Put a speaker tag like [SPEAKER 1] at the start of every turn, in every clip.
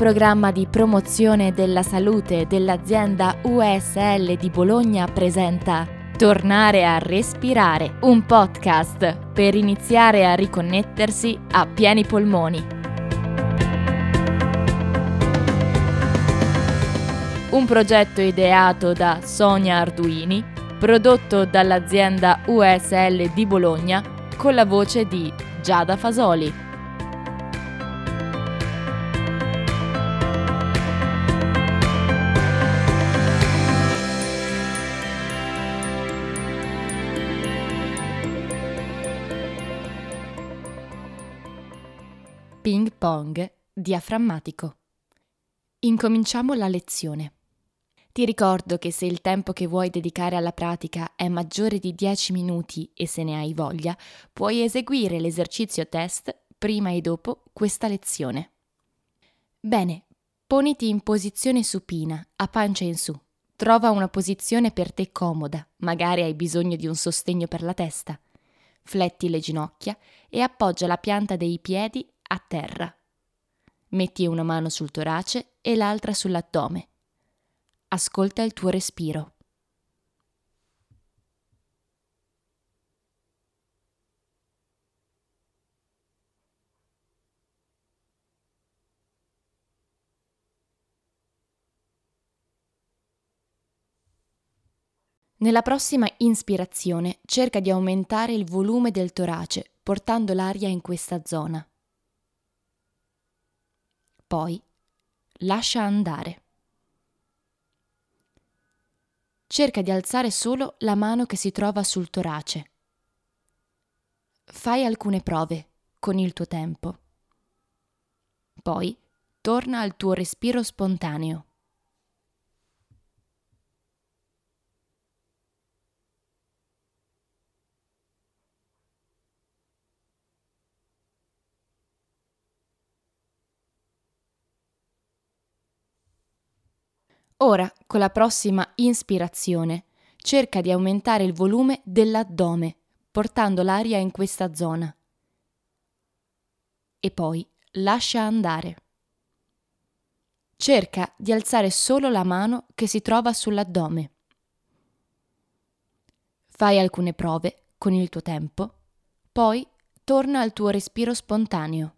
[SPEAKER 1] programma di promozione della salute dell'azienda USL di Bologna presenta Tornare a respirare, un podcast per iniziare a riconnettersi a pieni polmoni. Un progetto ideato da Sonia Arduini, prodotto dall'azienda USL di Bologna con la voce di Giada Fasoli. Ping pong diaframmatico. Incominciamo la lezione. Ti ricordo che se il tempo che vuoi dedicare alla pratica è maggiore di 10 minuti e se ne hai voglia, puoi eseguire l'esercizio test prima e dopo questa lezione. Bene, poniti in posizione supina, a pancia in su. Trova una posizione per te comoda, magari hai bisogno di un sostegno per la testa. Fletti le ginocchia e appoggia la pianta dei piedi a terra. Metti una mano sul torace e l'altra sull'addome. Ascolta il tuo respiro. Nella prossima inspirazione cerca di aumentare il volume del torace portando l'aria in questa zona. Poi lascia andare. Cerca di alzare solo la mano che si trova sul torace. Fai alcune prove con il tuo tempo. Poi torna al tuo respiro spontaneo. Ora, con la prossima inspirazione, cerca di aumentare il volume dell'addome, portando l'aria in questa zona. E poi lascia andare. Cerca di alzare solo la mano che si trova sull'addome. Fai alcune prove con il tuo tempo, poi torna al tuo respiro spontaneo.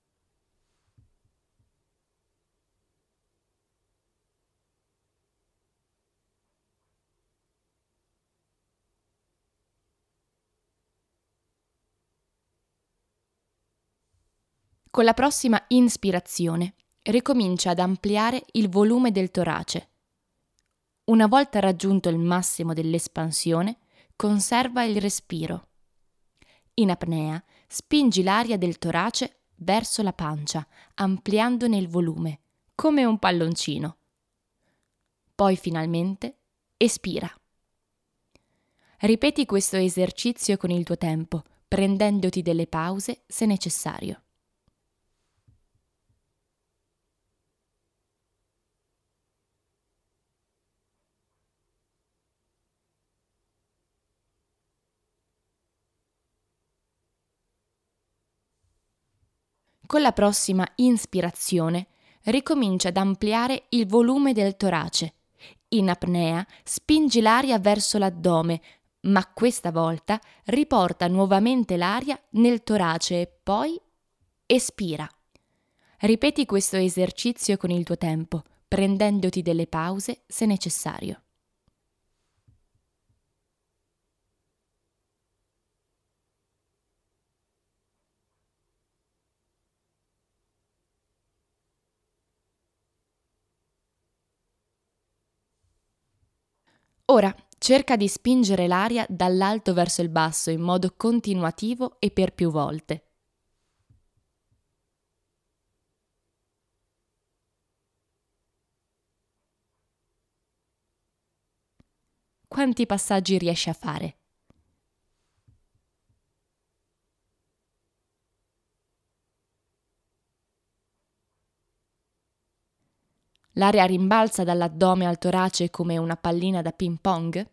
[SPEAKER 1] Con la prossima inspirazione, ricomincia ad ampliare il volume del torace. Una volta raggiunto il massimo dell'espansione, conserva il respiro. In apnea, spingi l'aria del torace verso la pancia, ampliandone il volume, come un palloncino. Poi finalmente espira. Ripeti questo esercizio con il tuo tempo, prendendoti delle pause se necessario. Con la prossima inspirazione, ricomincia ad ampliare il volume del torace. In apnea, spingi l'aria verso l'addome, ma questa volta riporta nuovamente l'aria nel torace e poi espira. Ripeti questo esercizio con il tuo tempo, prendendoti delle pause se necessario. Ora cerca di spingere l'aria dall'alto verso il basso in modo continuativo e per più volte. Quanti passaggi riesci a fare? L'aria rimbalza dall'addome al torace come una pallina da ping pong?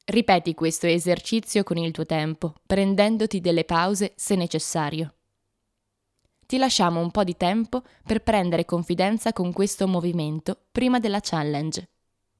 [SPEAKER 1] Ripeti questo esercizio con il tuo tempo, prendendoti delle pause se necessario. Ti lasciamo un po' di tempo per prendere confidenza con questo movimento prima della challenge.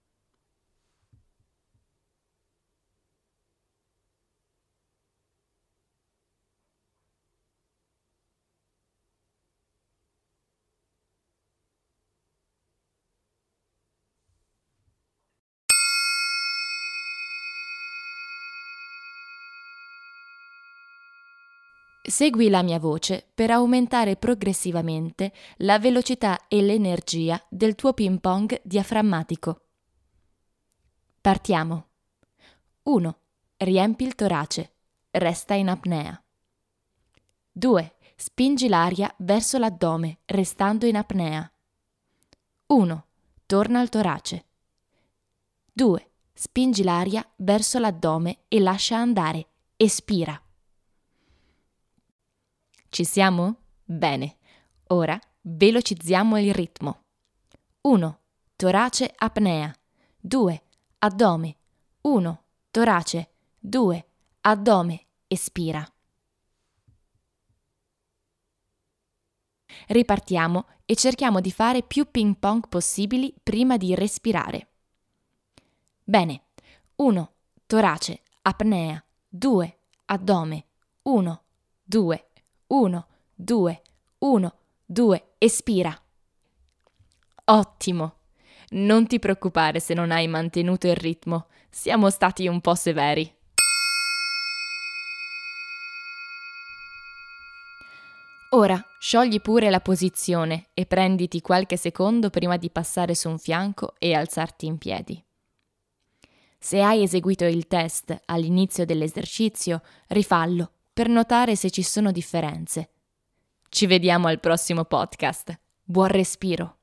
[SPEAKER 1] Segui la mia voce per aumentare progressivamente la velocità e l'energia del tuo ping pong diaframmatico. Partiamo. 1. Riempi il torace. Resta in apnea. 2. Spingi l'aria verso l'addome, restando in apnea. 1. Torna al torace. 2. Spingi l'aria verso l'addome e lascia andare. Espira. Ci siamo? Bene. Ora velocizziamo il ritmo. 1. Torace apnea. 2. Addome. 1. Torace. 2. Addome. Espira. Ripartiamo e cerchiamo di fare più ping pong possibili prima di respirare. Bene. 1. Torace, apnea. 2. Addome. 1, 2, 1, 2, 1, 2. Espira. Ottimo. Non ti preoccupare se non hai mantenuto il ritmo. Siamo stati un po' severi. Ora sciogli pure la posizione e prenditi qualche secondo prima di passare su un fianco e alzarti in piedi. Se hai eseguito il test all'inizio dell'esercizio, rifallo per notare se ci sono differenze. Ci vediamo al prossimo podcast. Buon respiro!